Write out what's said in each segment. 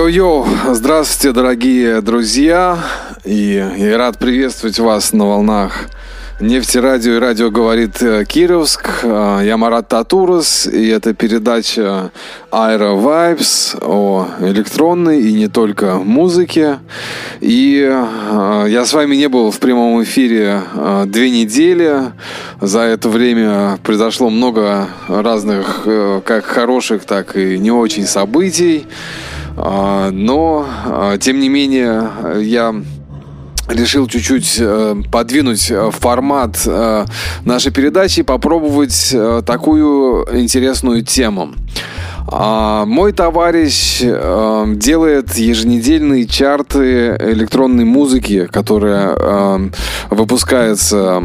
Йоу-йоу, здравствуйте, дорогие друзья, и рад приветствовать вас на волнах Нефтерадио и радио говорит Кировск. Я Марат Татурос, и это передача Aira Vibes о электронной и не только музыке. И я с вами не был в прямом эфире 2 недели. За это время произошло много разных, как хороших, так и не очень событий. Но, тем не менее, я решил чуть-чуть подвинуть формат нашей передачи и попробовать такую интересную тему. Мой товарищ делает еженедельные чарты электронной музыки, которая выпускается,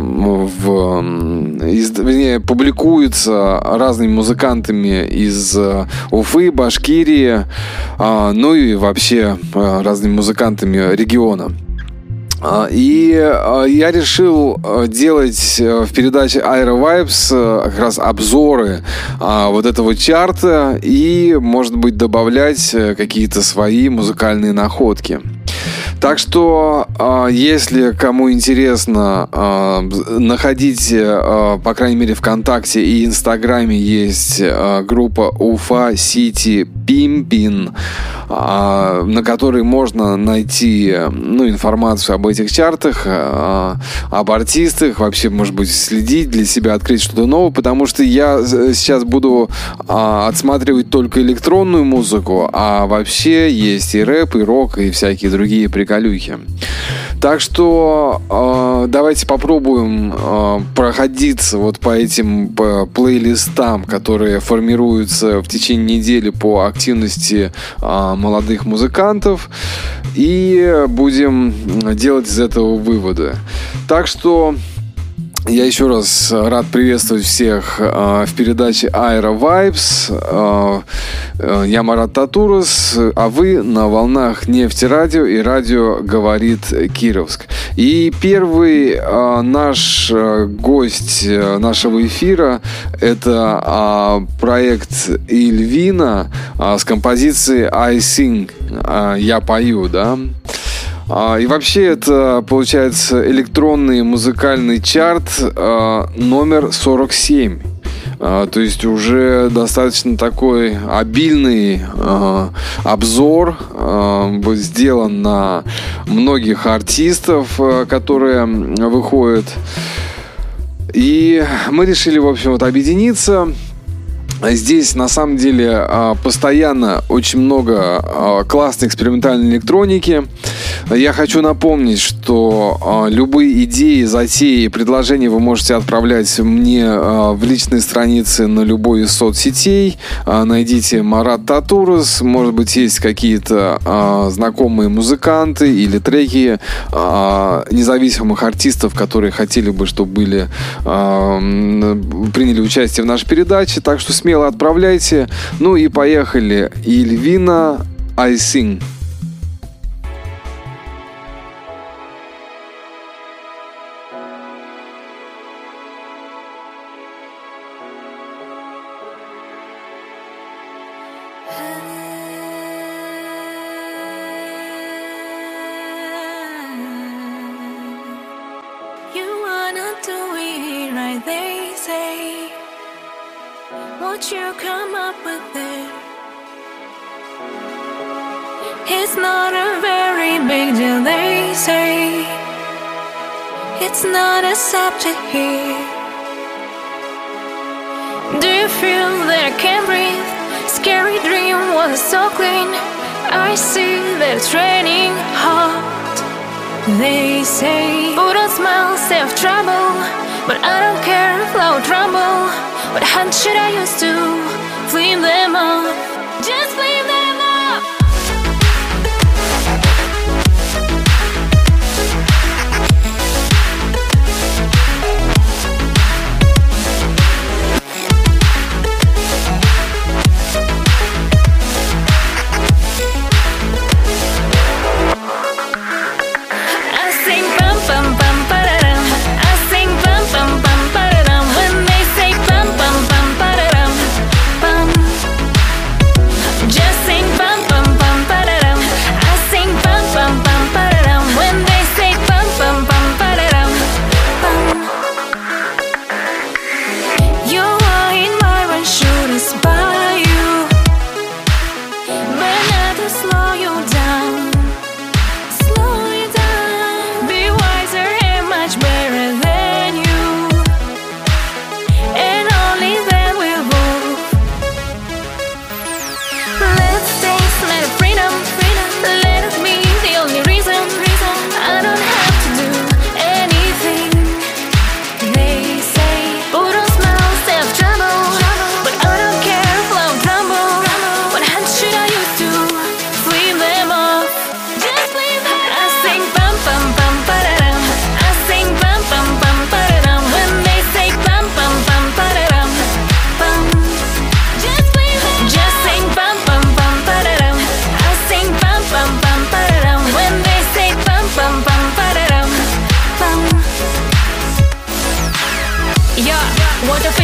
публикуется разными музыкантами из Уфы, Башкирии, ну и вообще разными музыкантами региона. И я решил делать в передаче Aira Vibes как раз обзоры вот этого чарта и, может быть, добавлять какие-то свои музыкальные находки. Так что, если кому интересно, находите, по крайней мере, ВКонтакте и Инстаграме есть группа Уфа City Pimpin, на которой можно найти информацию об этих чартах, об артистах, вообще, может быть, следить для себя, открыть что-то новое, потому что я сейчас буду отсматривать только электронную музыку, а вообще есть и рэп, и рок, и всякие другие приколюхи. Так что давайте попробуем проходиться вот по этим плейлистам, которые формируются в течение недели по активности молодых музыкантов, и будем делать из этого выводы. Так что я еще раз рад приветствовать всех в передаче Aira Vibes. Я Марат Татурос, а вы на волнах Нефтерадио и радио говорит Кировск. И первый наш гость нашего эфира — это проект Ильвина с композицией I Sing, я пою, да. И вообще это, получается, электронный музыкальный чарт номер 47. То есть уже достаточно такой обильный обзор сделан на многих артистов, которые выходят. И мы решили, в общем, объединиться. Здесь, на самом деле, постоянно очень много классной экспериментальной электроники. Я хочу напомнить, что любые идеи, затеи, предложения вы можете отправлять мне в личные страницы на любой из соцсетей. Найдите Марат Татурос. Может быть, есть какие-то знакомые музыканты или треки независимых артистов, которые хотели бы, чтобы приняли участие в нашей передаче. Так что смело отправляйте. Ну и поехали. Ильвина, I Sing. Won't you come up with it? It's not a very big deal, they say. It's not a subject here. Do you feel that I can't breathe? Scary dream was so clean. I see that it's raining hot. They say put on smile, save trouble. But I don't care if loud trouble. What hand should I use to flame them up? Just flame them up. I sing bum bum bum ba-da-dum. I sing bum bum bum ba-da-dum. When they say bum bum bum ba-da-dum, bum. Just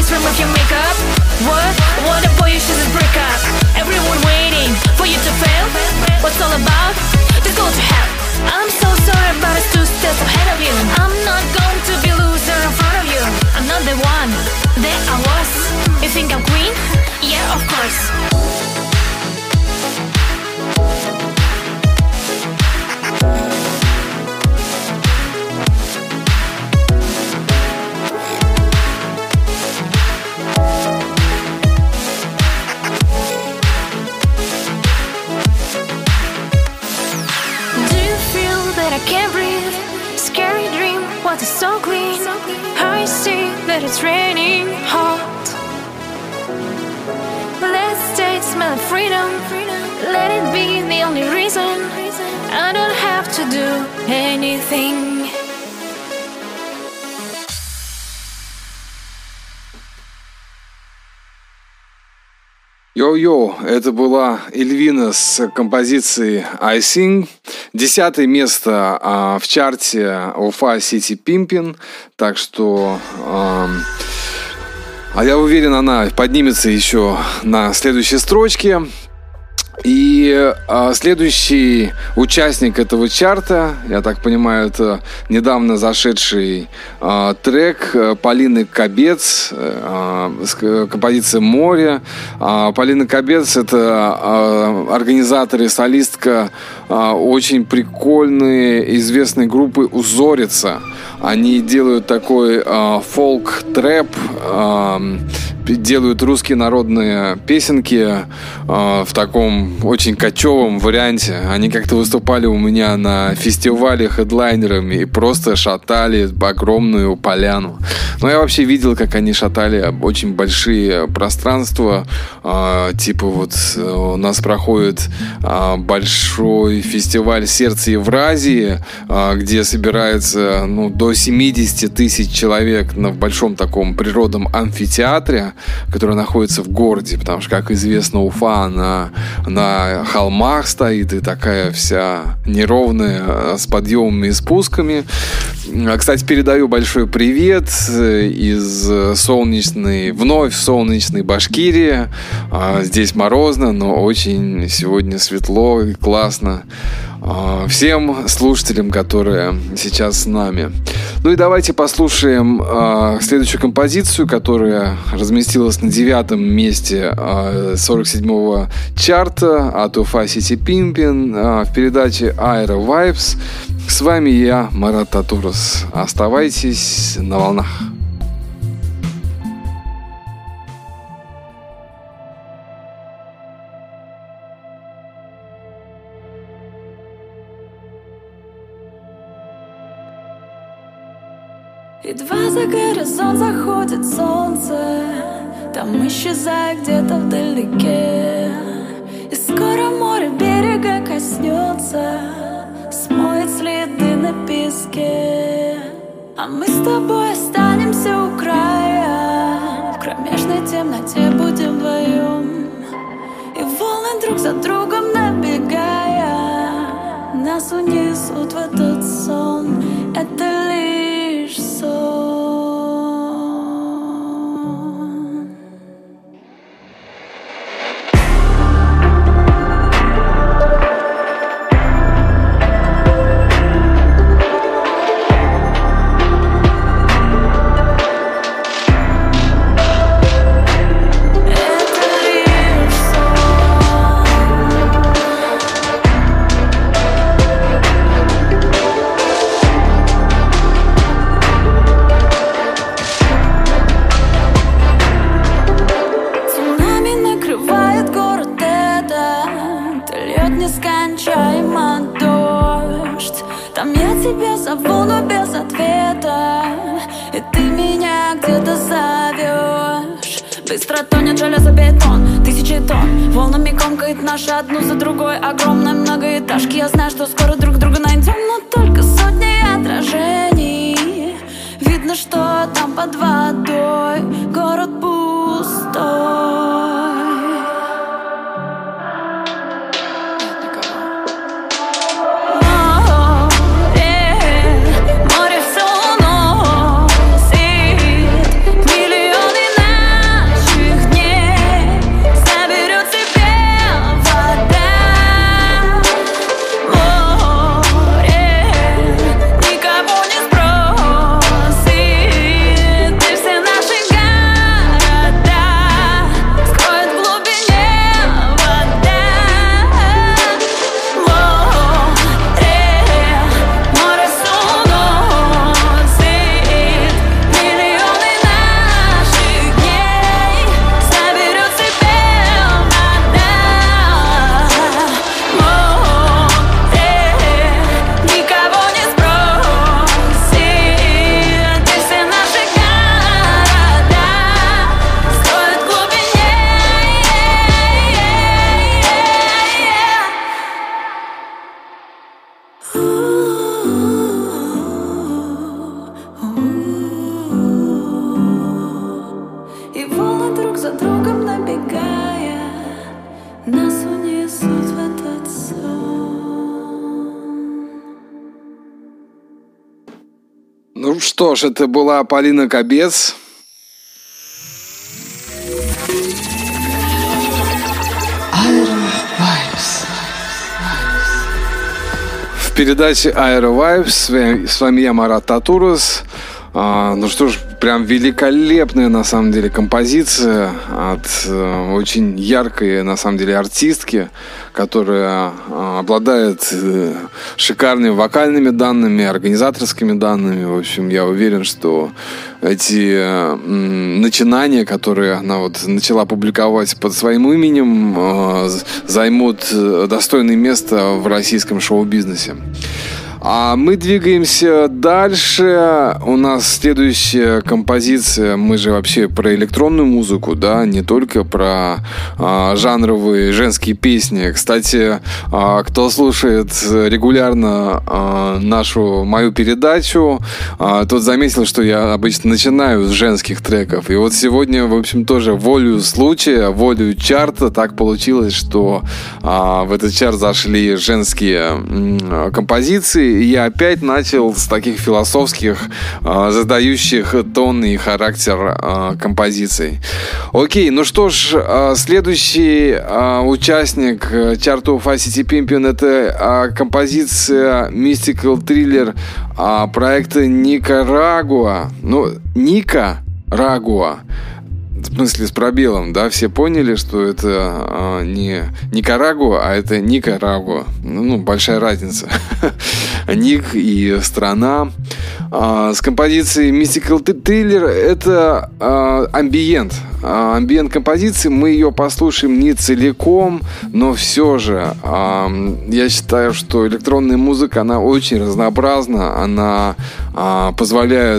please remove your makeup. What a boy, you shouldn't break up. Everyone waiting for you to fail. What's all about? Just go to hell. I'm so sorry, but it's 2 steps ahead of you. I'm not going to be loser in front of you. I'm not the one, there I was. You think I'm queen? Yeah, of course. I can't breathe. Scary dream, water so clean. I see that it's raining hot. Let's taste smell of freedom. Let it be the only reason. I don't have to do anything. Йо-йо, это была Эльвина с композицией I Sing. 10 место в чарте Уфа City Pimpin'. Так что я уверен, она поднимется еще на следующей строчке. И следующий участник этого чарта, я так понимаю, это недавно зашедший трек Полины Кобец, композиция «Море». Полина Кобец — это организатор и солистка очень прикольной, известной группы «Узорица». Они делают такой фолк-трэп, делают русские народные песенки в таком очень кочевом варианте. Они как-то выступали у меня на фестивале хедлайнерами и просто шатали огромную поляну. Но я вообще видел, как они шатали очень большие пространства. Типа вот у нас проходит большой фестиваль «Сердце Евразии», где собирается до 70 тысяч человек в большом таком природном амфитеатре, который находится в городе, потому что, как известно, Уфа на холмах стоит и такая вся неровная, с подъемами и спусками. Кстати, передаю большой привет из вновь солнечной Башкирии. Здесь морозно, но очень сегодня светло и классно. Всем слушателям, которые сейчас с нами. Ну и давайте послушаем следующую композицию, которая разместилась на 9 месте 47-го чарта от Уфа City Pimpin' в передаче Aero Vibes. С вами я, Марат Татурос. Оставайтесь на волнах. Едва за горизонт заходит солнце, там исчезает где-то вдалеке. И скоро море берега коснется, смоет следы на песке. А мы с тобой останемся у края, в кромешной темноте будем вдвоем. И волны друг за другом набегая, нас унесут в этот сон. Это лишь сон. Тебя зову, но без ответа, и ты меня где-то зовешь. Быстро тонет железобетон, тысячи тонн волнами комкает наши одну за другой огромной многоэтажки. Я знаю, что скоро друг друга найдем, но только сотни отражений. Видно, что там под водой город пустой. Море все носит миллионы на Ну что ж, это была Полина Кобец. В передаче Aero Vibes с вами я, Марат Татурас. Ну что ж, прям великолепная на самом деле композиция от очень яркой на самом деле артистки, которая обладает шикарными вокальными данными, организаторскими данными. В общем, я уверен, что эти начинания, которые она вот начала публиковать под своим именем, займут достойное место в российском шоу-бизнесе. А мы двигаемся дальше. У нас следующая композиция. Мы же вообще про электронную музыку, да, не только про жанровые женские песни. Кстати, кто слушает регулярно мою передачу, тот заметил, что я обычно начинаю с женских треков. И вот сегодня, в общем, тоже волею случая, волею чарта так получилось, что в этот чарт зашли женские композиции. И я опять начал с таких философских, задающих тон и характер композиций. Окей, ну что ж, следующий участник чарта UFA City Pimpin' — это композиция Mystical Thriller проекта Никарагуа. Ну, Никарагуа. В смысле, с пробелом, да, все поняли, что это не Никарагуа, а это Никарагуа. Ну, большая разница. Ник и страна. С композицией Mystical Thriller это амбиент. Амбиент композиции, мы ее послушаем не целиком, но все же я считаю, что электронная музыка, она очень разнообразна, она позволяет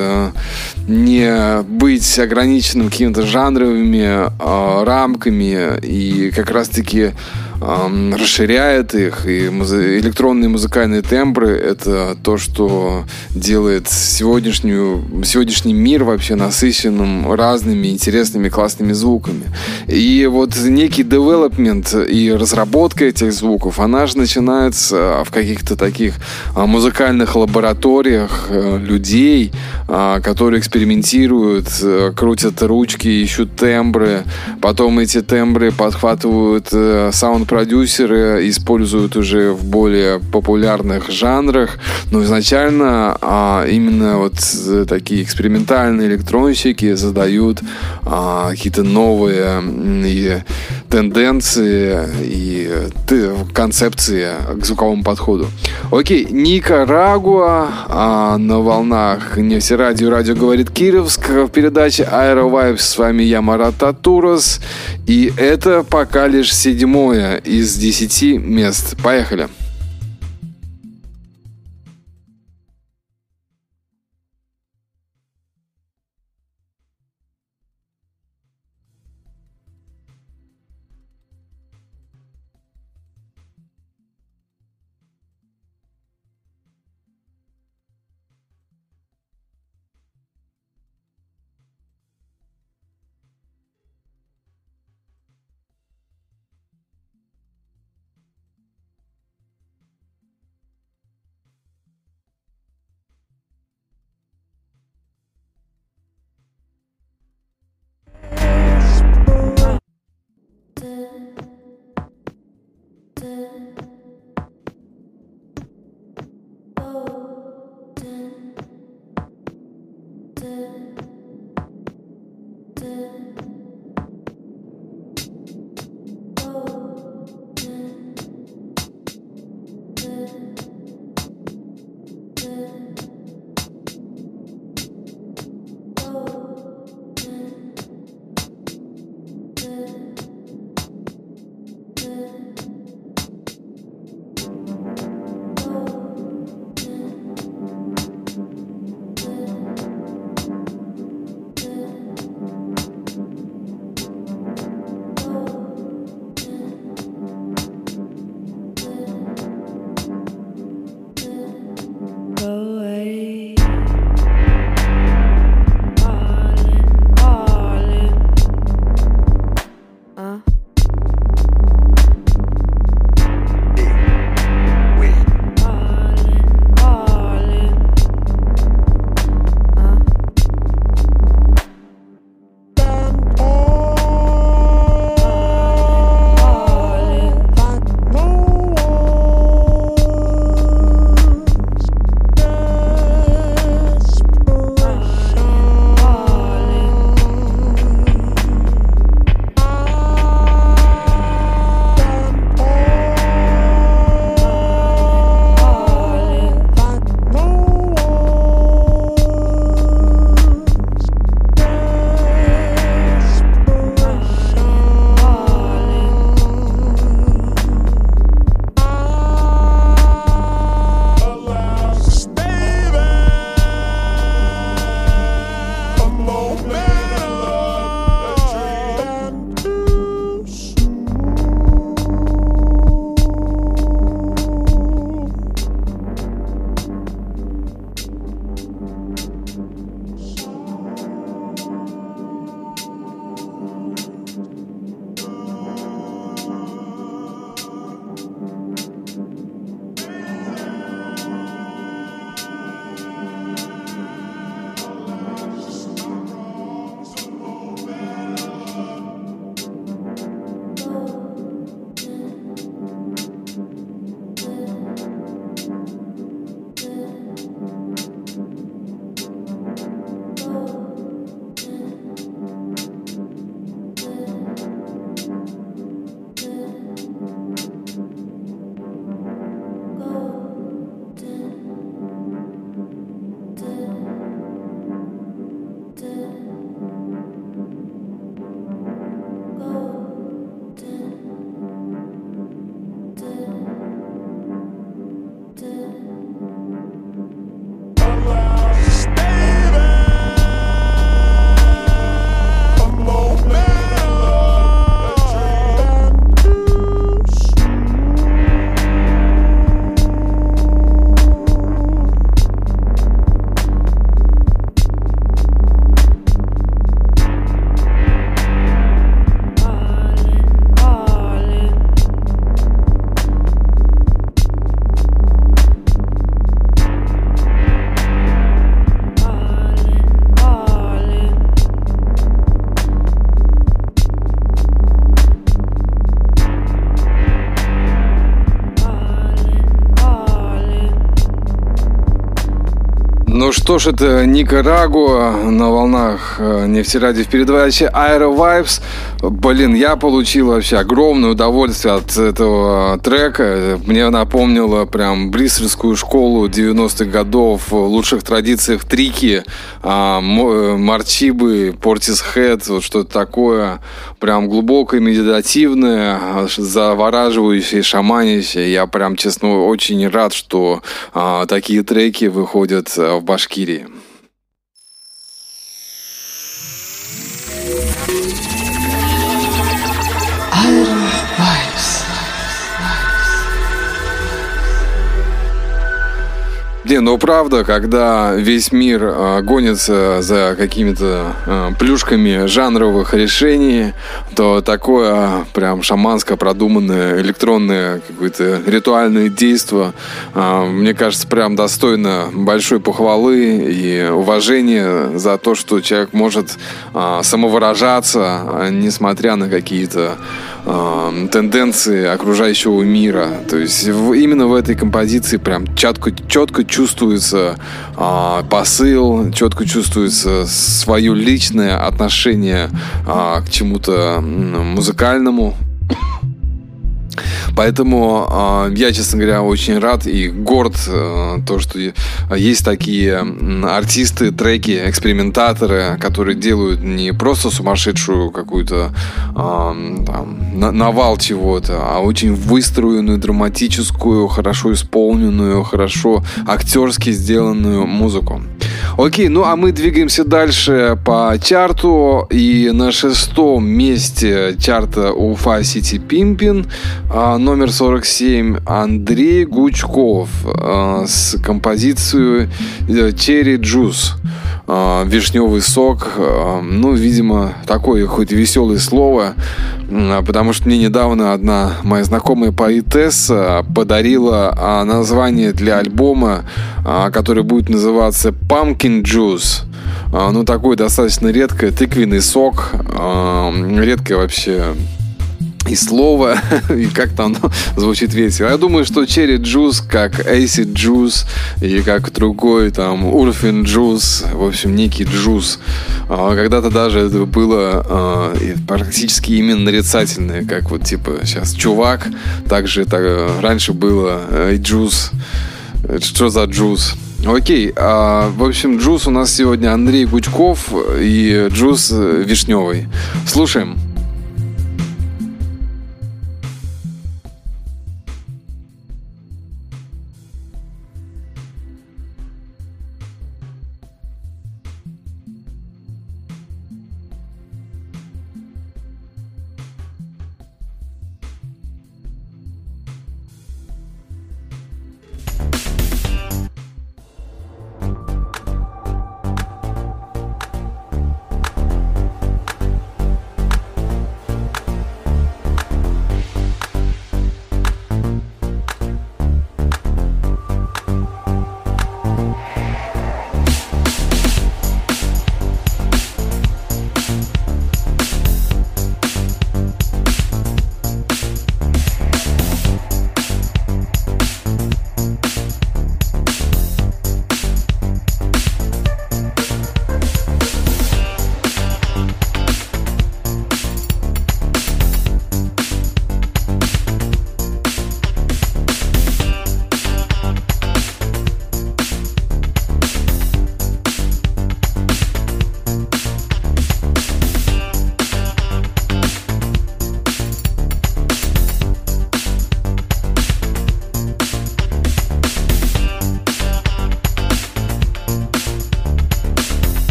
не быть ограниченным какими-то жанровыми рамками и как раз-таки расширяет их. И электронные музыкальные тембры — это то, что делает сегодняшний мир вообще насыщенным разными интересными классными звуками. И вот некий девелопмент и разработка этих звуков, она же начинается в каких-то таких музыкальных лабораториях людей, которые экспериментируют, крутят ручки, ищут тембры, потом эти тембры подхватывают саунд-продюсеры, используют уже в более популярных жанрах. Но изначально именно вот такие экспериментальные электронщики задают какие-то новые тенденции и концепции к звуковому подходу. Окей, Никарагуа на волнах Нефтерадио, радио говорит Кировск, в передаче Aero Vibes. С вами я, Марат Татурас, и это пока лишь 7 из 10 мест. Поехали! Ну что ж, это Никарагуа на волнах Нефтерадио в передаче Aero Vibes. Блин, я получил вообще огромное удовольствие от этого трека. Мне напомнило прям брюссельскую школу 90-х годов, в лучших традициях трики, Марчибы, Портисхед, вот что-то такое. Прям глубокое, медитативное, завораживающее, шаманящее. Я прям, честно, очень рад, что такие треки выходят в Башкирии. Не, ну правда, когда весь мир гонится за какими-то плюшками жанровых решений, то такое прям шаманское, продуманное, электронное какое-то ритуальное действо, мне кажется, прям достойно большой похвалы и уважения за то, что человек может самовыражаться, несмотря на какие-то тенденции окружающего мира. То есть именно в этой композиции прям четко чувствуется посыл, четко чувствуется свое личное отношение к чему-то музыкальному. Поэтому я, честно говоря, очень рад и горд то, что есть такие артисты, треки, экспериментаторы, которые делают не просто сумасшедшую какую-то навал чего-то, а очень выстроенную, драматическую, хорошо исполненную, хорошо актерски сделанную музыку. Окей, ну а мы двигаемся дальше по чарту. И на 6-м месте чарта Уфа Сити Пимпин, номер 47, Андрей Гучков с композицией Cherry Juice, вишневый сок. Ну, видимо, такое хоть веселое слово, потому что мне недавно одна моя знакомая поэтесса подарила название для альбома, который будет называться Pumpkin Juice. Ну, такое достаточно редкое, тыквенный сок. Редкое вообще и слово, и как-то оно звучит весело. Я думаю, что Cherry Juice, как Acid Juice, и как другой, там, Urfin Juice, в общем, некий джуз. Когда-то даже это было практически именно нарицательное, как вот, типа, сейчас чувак, также раньше было Juice. Что за джуз? Окей, в общем, джуз у нас сегодня Андрей Гучков и джуз вишневый. Слушаем.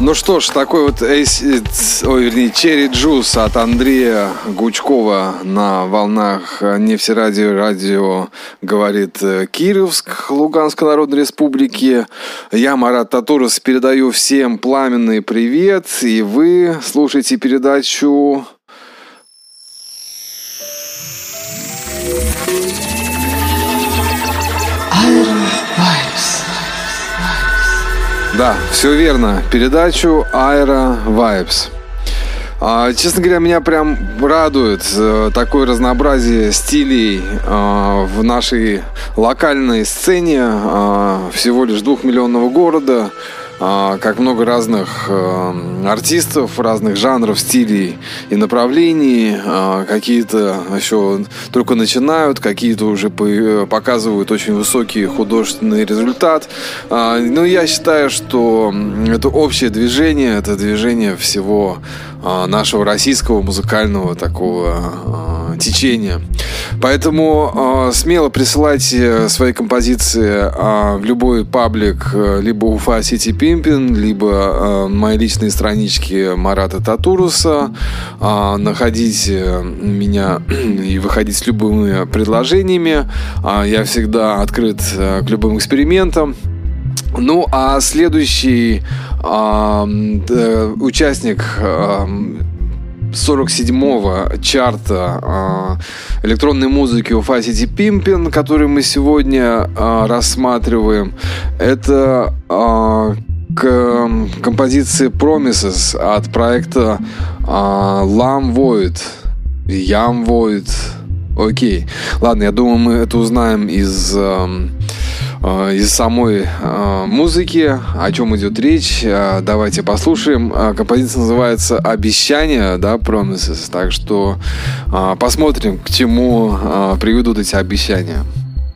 Ну что ж, такой вот Cherry Juice от Андрея Гучкова на волнах Нефтерадио, радио говорит Кировск, Луганской Народной Республики. Я, Марат Татурос, передаю всем пламенный привет, и вы слушаете передачу Да, все верно. Передачу Aero Vibes. Честно говоря, меня прям радует такое разнообразие стилей в нашей локальной сцене всего лишь 2-миллионного города. Как много разных артистов, разных жанров, стилей и направлений. Какие-то еще только начинают, какие-то уже показывают очень высокий художественный результат. Но я считаю, что это общее движение, это движение всего нашего российского музыкального такого течения. Поэтому смело присылайте свои композиции в любой паблик, либо Уфа City Pimpin', либо мои личные странички Марата Татуруса. Находите меня и выходите с любыми предложениями. Я всегда открыт к любым экспериментам. Ну, а следующий участник 47-го чарта электронной музыки Уфа City Pimpin', который мы сегодня рассматриваем, это композиция Promises от проекта Lam Void. Yam Void. Окей. Ладно, я думаю, мы это узнаем из самой музыки, о чем идет речь. Давайте послушаем. Композиция называется «Обещания», да, Promises. Так что посмотрим, к чему приведут эти обещания.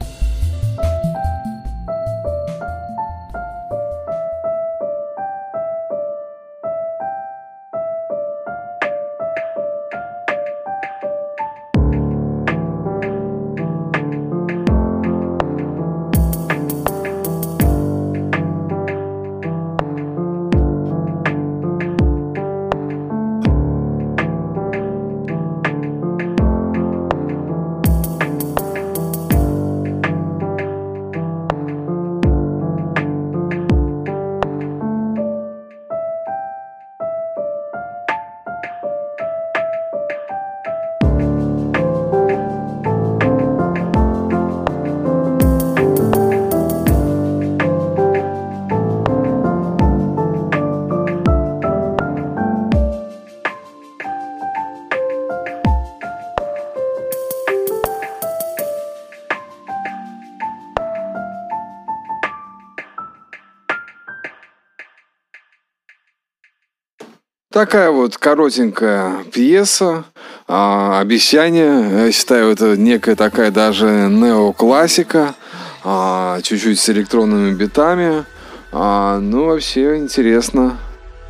Такая вот коротенькая пьеса, обещание. Я считаю, это некая такая даже неоклассика, чуть-чуть с электронными битами. Ну, вообще интересно.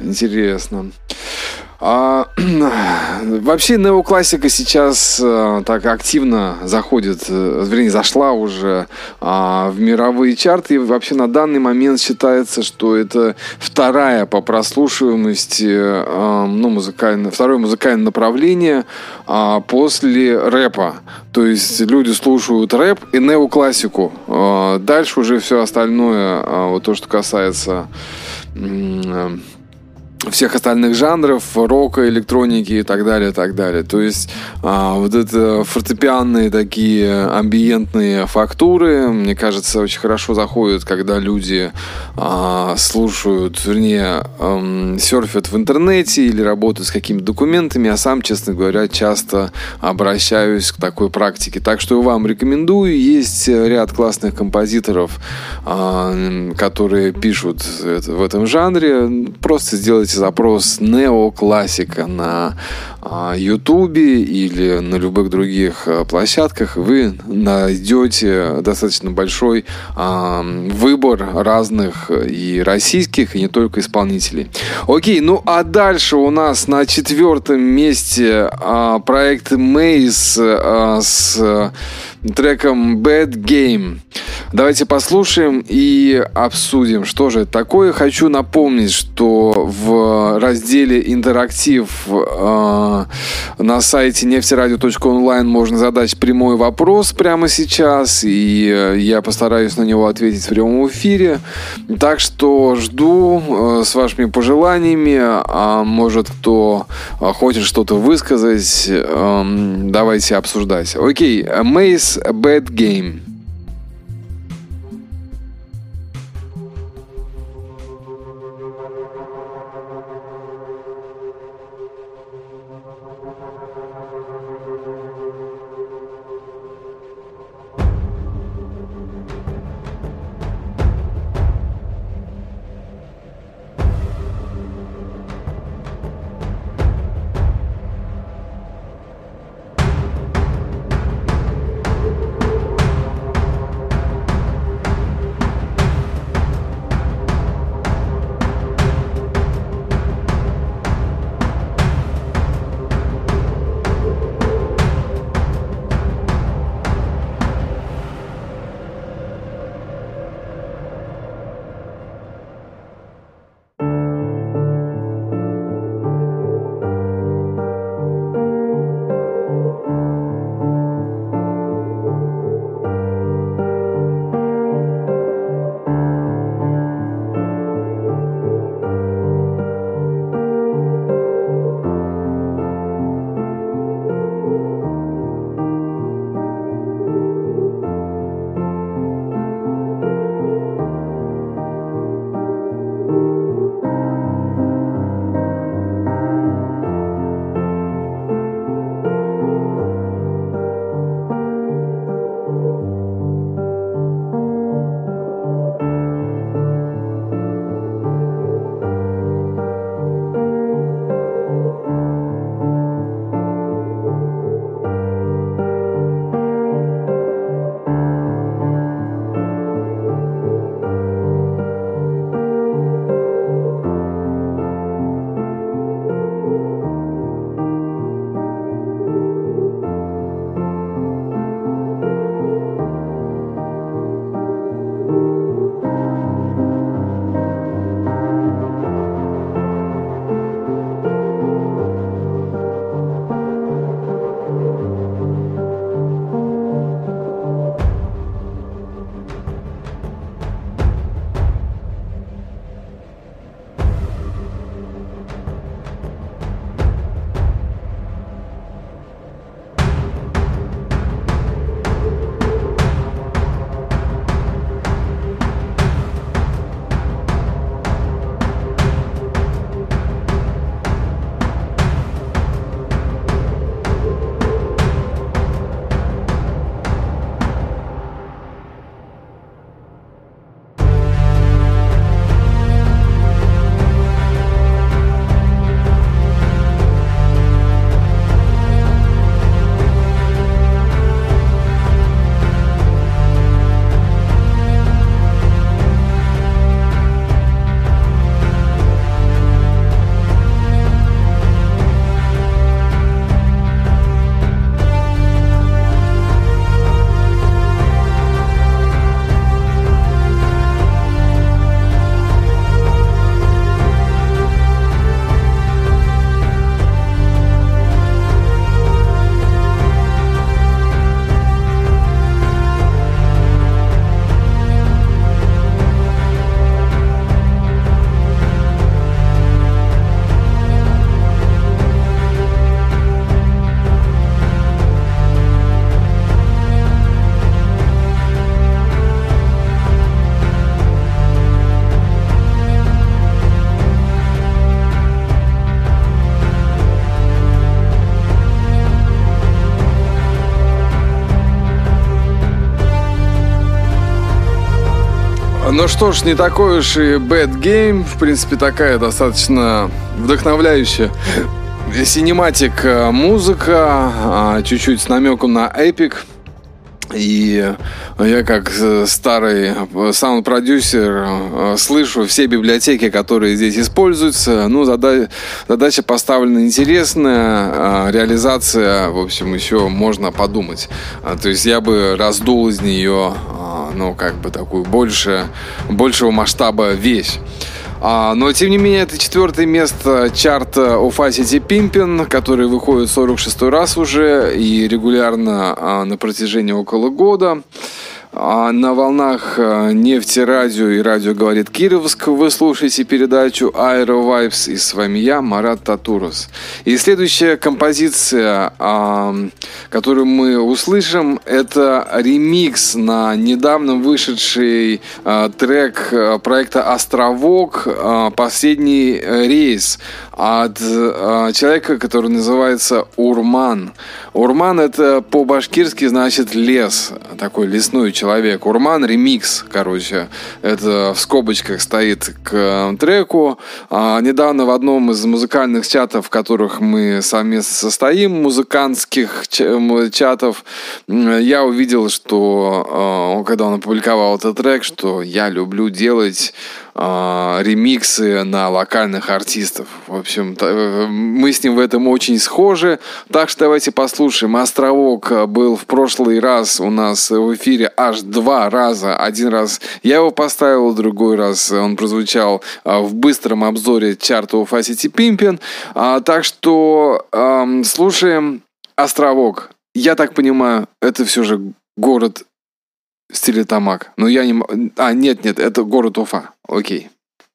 Вообще неоклассика сейчас так активно заходит, вернее, зашла уже в мировые чарты. И вообще на данный момент считается, что это вторая по прослушиваемости, второе музыкальное направление после рэпа. То есть люди слушают рэп и неоклассику. Дальше уже все остальное, вот то, что касается всех остальных жанров, рока, электроники и так далее, так далее. То есть вот это фортепианные такие амбиентные фактуры, мне кажется, очень хорошо заходят, когда люди слушают, вернее, серфят в интернете или работают с какими-то документами. Я сам, честно говоря, часто обращаюсь к такой практике. Так что вам рекомендую. Есть ряд классных композиторов, которые пишут в этом жанре. Просто сделайте запрос неоклассика на Ютубе или на любых других площадках, вы найдете достаточно большой выбор разных и российских, и не только исполнителей. Окей, ну а дальше у нас на 4-м месте проект Maze с треком Bad Game. Давайте послушаем и обсудим, что же это такое. Хочу напомнить, что в разделе «Интерактив» на сайте нефтерадио.онлайн можно задать прямой вопрос прямо сейчас, и я постараюсь на него ответить в прямом эфире. Так что жду с вашими пожеланиями, а может кто хочет что-то высказать, давайте обсуждать. Окей, Maze Bad Game. Ну что ж, не такой уж и Bad Game. В принципе, такая достаточно вдохновляющая синематик музыка, чуть-чуть с намеком на эпик. И я, как старый саунд-продюсер, слышу все библиотеки, которые здесь используются. Ну, задача поставлена интересная, реализация, в общем, еще можно подумать. То есть я бы раздул из нее, ну, как бы такую большего масштаба вещь. Но, тем не менее, это 4-е место чарта Уфа Сити Пимпин, который выходит 46-й раз уже и регулярно на протяжении около года. На волнах Нефти Радио и Радио Говорит Кировск вы слушаете передачу Aero Vibes, и с вами я, Марат Татурос. И следующая композиция, которую мы услышим, это ремикс на недавно вышедший трек проекта «Островок», «Последний рейс», от человека, который называется Урман. Урман — это по-башкирски значит лес, такой лесной человек. Урман ремикс, короче, это в скобочках стоит к треку. Недавно в одном из музыкальных чатов, в которых мы совместно состоим, музыкантских чатов, я увидел, что когда он опубликовал этот трек, что я люблю делать ремиксы на локальных артистов. В общем, мы с ним в этом очень схожи. Так что давайте послушаем. «Островок» был в прошлый раз у нас в эфире аж 2 раза. Один раз я его поставил, другой раз он прозвучал в быстром обзоре чарта Уфа Сити Пимпин. Так что слушаем «Островок». Я так понимаю, это все же город Стерлитамак. Но я не... нет, это город Уфа. Окей.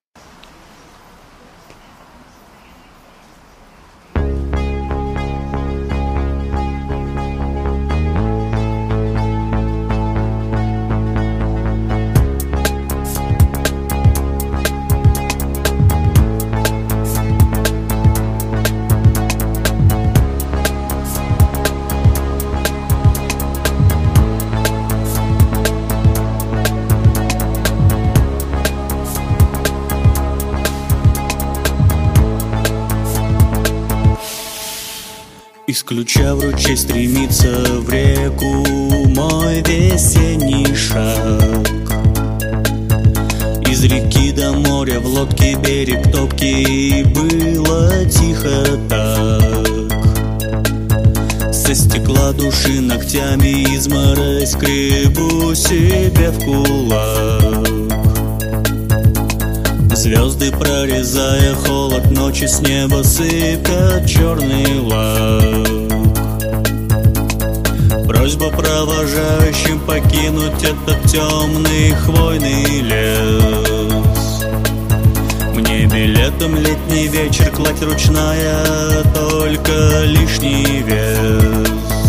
Из ключа в ручей стремится в реку мой весенний шаг. Из реки до моря в лодке берег топкий, было тихо так. Со стекла души ногтями изморозь скребу себе в кулак. Звезды, прорезая холод ночи, с неба сыпят черный лак. Просьба провожающим покинуть этот темный хвойный лес. Мне билетом летний вечер, кладь ручная, только лишний вес.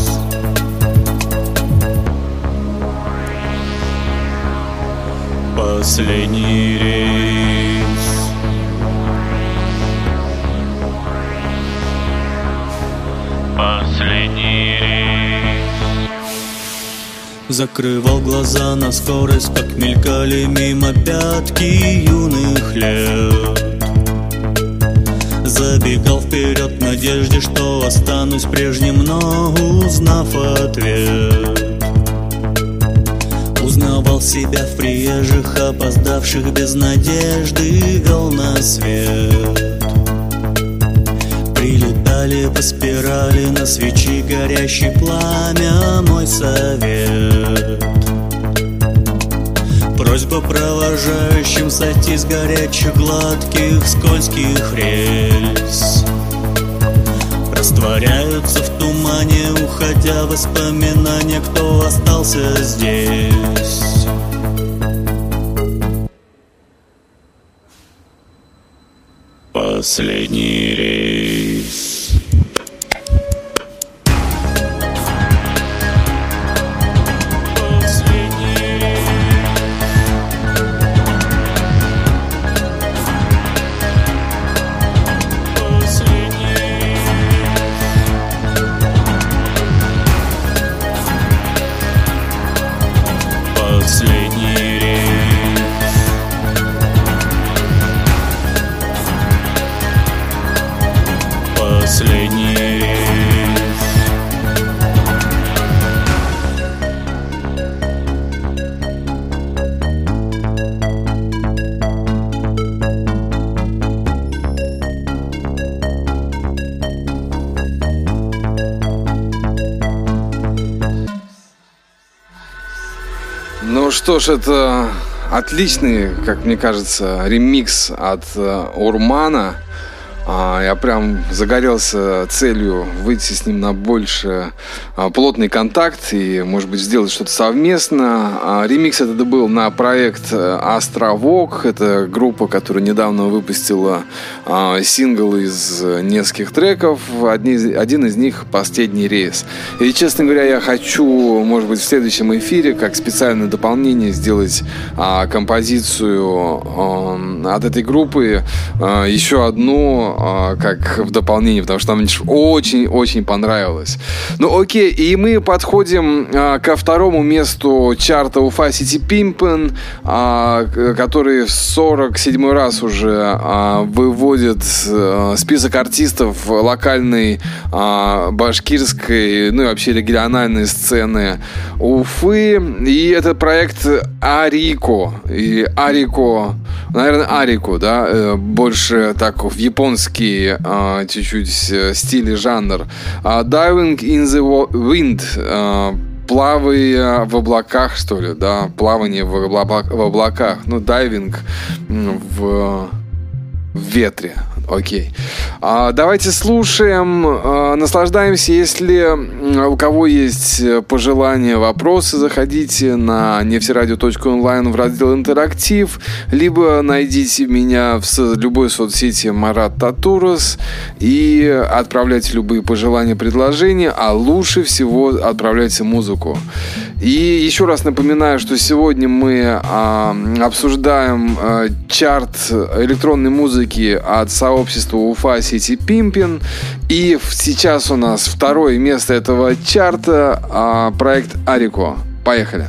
Последний рейс. Последний рейс. Закрывал глаза на скорость, как мелькали мимо пятки юных лет. Забегал вперед в надежде, что останусь прежним, но узнав ответ, узнавал себя в приезжих, опоздавших без надежды, вел на свет. Прилетали по спирали на свечи горящий пламя, мой совет. Просьба провожающим сойти с горячих, гладких, скользких рельс. Растворяются в тумане, уходя воспоминания, кто остался здесь. Последний рейс. Ну что ж, это отличный, как мне кажется, ремикс от Урмана. Я прям загорелся целью выйти с ним на больше плотный контакт и, может быть, сделать что-то совместно. Ремикс этот был на проект «Островок». Это группа, которая недавно выпустила сингл из нескольких треков. Один из них «Последний рейс». И, честно говоря, я хочу, может быть, в следующем эфире, как специальное дополнение, сделать композицию от этой группы, еще одну, как в дополнение, потому что нам очень-очень понравилось. Ну окей, и мы подходим ко второму месту чарта Уфа City Pimpin', который в 47-й раз уже выводит список артистов локальной башкирской, ну и вообще региональной сцены Уфы. И это проект Арико. Или Арико, наверное, Арико, да, больше так в японский чуть-чуть стиль и жанр. Diving in the Wind, плавая в облаках, что ли, да, плавание в облаках, ну, дайвинг в ветре. Окей. Давайте слушаем, наслаждаемся. Если у кого есть пожелания, вопросы, заходите на нефтерадио.онлайн в раздел «Интерактив», либо найдите меня в любой соцсети Марат Татурос и отправляйте любые пожелания, предложения, а лучше всего отправляйте музыку. И еще раз напоминаю, что сегодня мы обсуждаем чарт электронной музыки от сообщества Уфа City Pimpin'. И сейчас у нас второе место этого чарта, проект Арико. Поехали.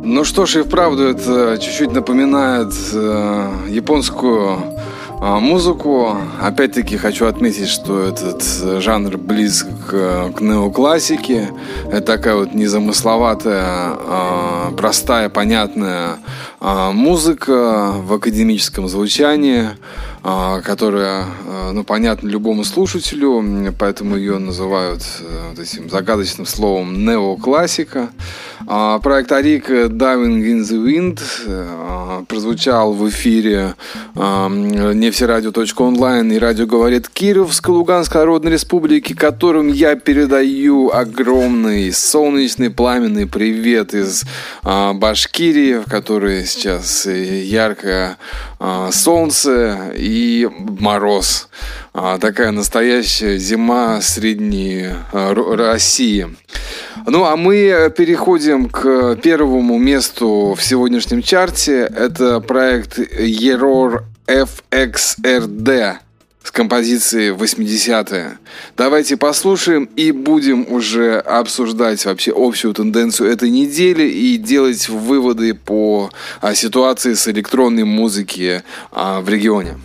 Ну что ж, и вправду это чуть-чуть напоминает японскую музыку. Опять-таки хочу отметить, что этот жанр близок к неоклассике. Это такая вот незамысловатая, простая, понятная музыка в академическом звучании, которая, понятна любому слушателю, поэтому ее называют этим загадочным словом неоклассика. Проект Арик Diving in the Wind прозвучал в эфире нефтерадио.онлайн и радио «Говорит Кировской Луганской Народной Республики», которым я передаю огромный солнечный пламенный привет из Башкирии, в которой сейчас яркое солнце и мороз. Такая настоящая зима средней России. Ну, а мы переходим к первому месту в сегодняшнем чарте. Это проект Error FXRD с композицией 80-е. Давайте послушаем и будем уже обсуждать вообще общую тенденцию этой недели и делать выводы по ситуации с электронной музыкой в регионе.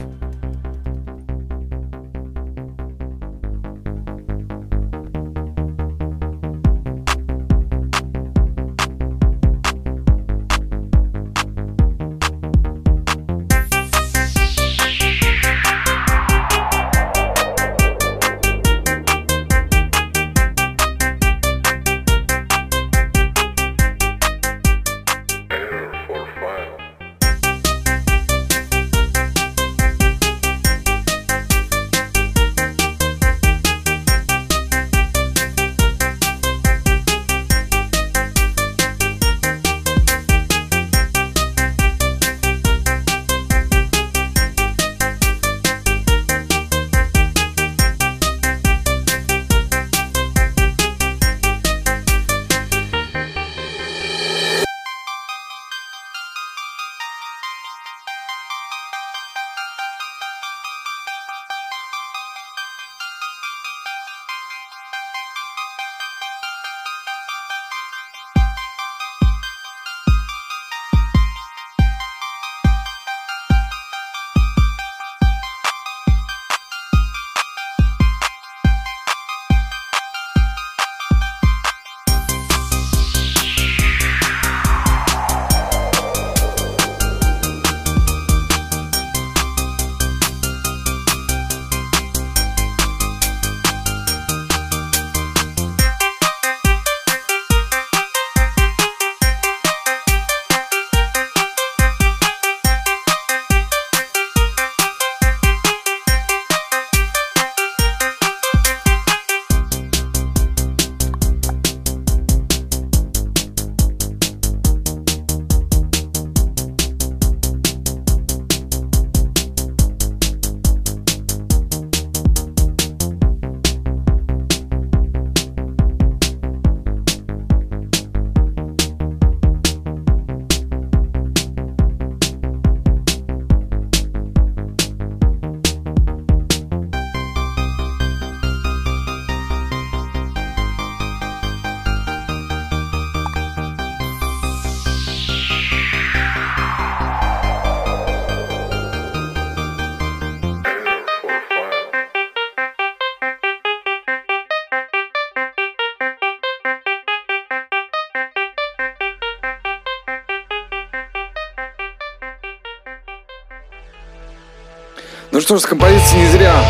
Ну что ж, композиция не зря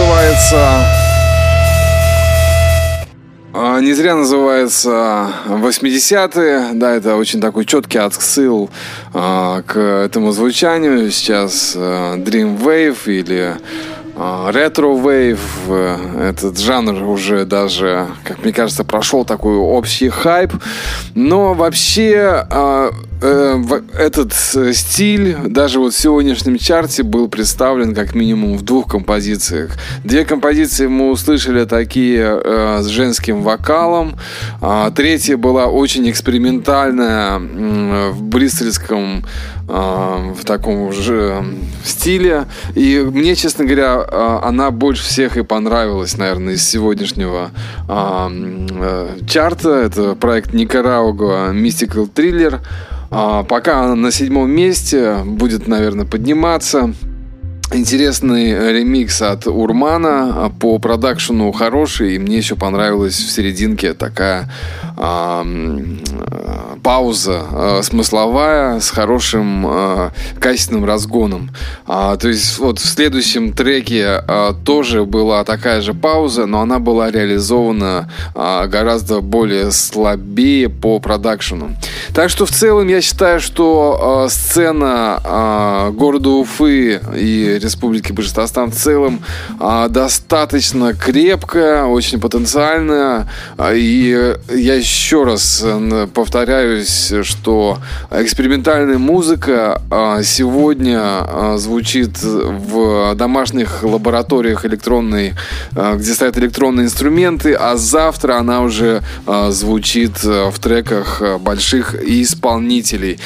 называется 80-е. Да, это очень такой четкий отсыл к этому звучанию. Сейчас Dream Wave или Retro Wave. Этот жанр уже даже, как мне кажется, прошел такой общий хайп. Но вообще этот стиль даже вот в сегодняшнем чарте был представлен как минимум в двух композициях. Две композиции мы услышали такие с женским вокалом. Третья была очень экспериментальная в бристольском в таком же стиле. И мне, честно говоря, она больше всех и понравилась, наверное, из сегодняшнего чарта. Это проект Никарагуа Mystical Thriller. Пока она на 7-м месте, будет, наверное, подниматься. Интересный ремикс от Урмана, по продакшену хороший, и мне еще понравилась в серединке такая пауза смысловая с хорошим качественным разгоном. То есть вот в следующем треке тоже была такая же пауза, но она была реализована гораздо более слабее по продакшену. Так что в целом я считаю, что сцена города Уфы и Республики Башкортостан в целом достаточно крепкая, очень потенциальная. И я еще раз повторяюсь, что экспериментальная музыка сегодня звучит в домашних лабораториях электронной, где стоят электронные инструменты, а завтра она уже звучит в треках больших исполнителей.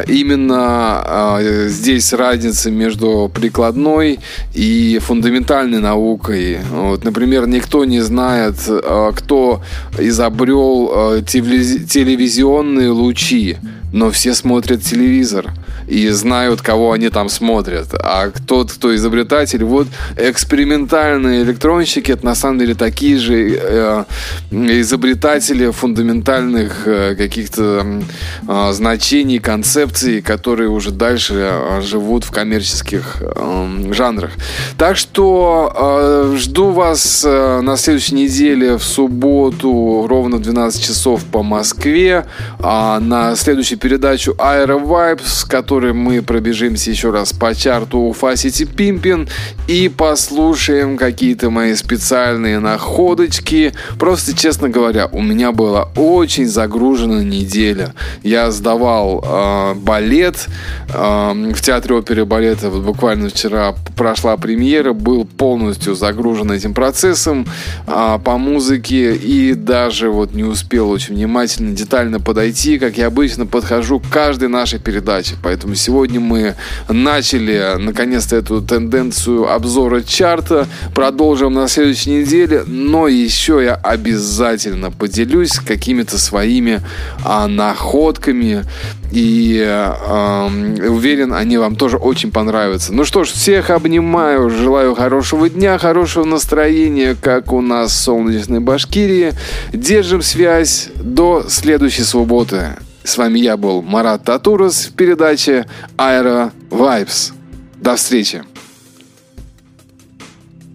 Именно здесь разница между прикладной и фундаментальной наукой. Вот, например, никто не знает, кто изобрел телевизионные лучи, но все смотрят телевизор и знают, кого они там смотрят. А тот, кто изобретатель, вот экспериментальные электронщики, это на самом деле такие же изобретатели фундаментальных каких-то значений, концепций, которые уже дальше живут в коммерческих жанрах. Так что жду вас на следующей неделе в субботу ровно в 12 часов по Москве на следующую передачу Aero Vibes, с которой мы пробежимся еще раз по чарту Уфа City Pimpin' и послушаем какие-то мои специальные находочки. Просто, честно говоря, у меня была очень загружена неделя. Я сдавал балет в Театре оперы и балета. Вот буквально вчера прошла премьера, был полностью загружен этим процессом по музыке и даже вот не успел очень внимательно, детально подойти, как я обычно подхожу к каждой нашей передаче. Поэтому сегодня мы начали наконец-то эту тенденцию обзора чарта. Продолжим на следующей неделе, но еще я обязательно поделюсь какими-то своими находками. И уверен, они вам тоже очень понравятся. Ну что ж, всех обнимаю, желаю хорошего дня, хорошего настроения, как у нас в солнечной Башкирии. Держим связь до следующей субботы. С вами я был Марат Татурас в передаче Aero Vibes. До встречи.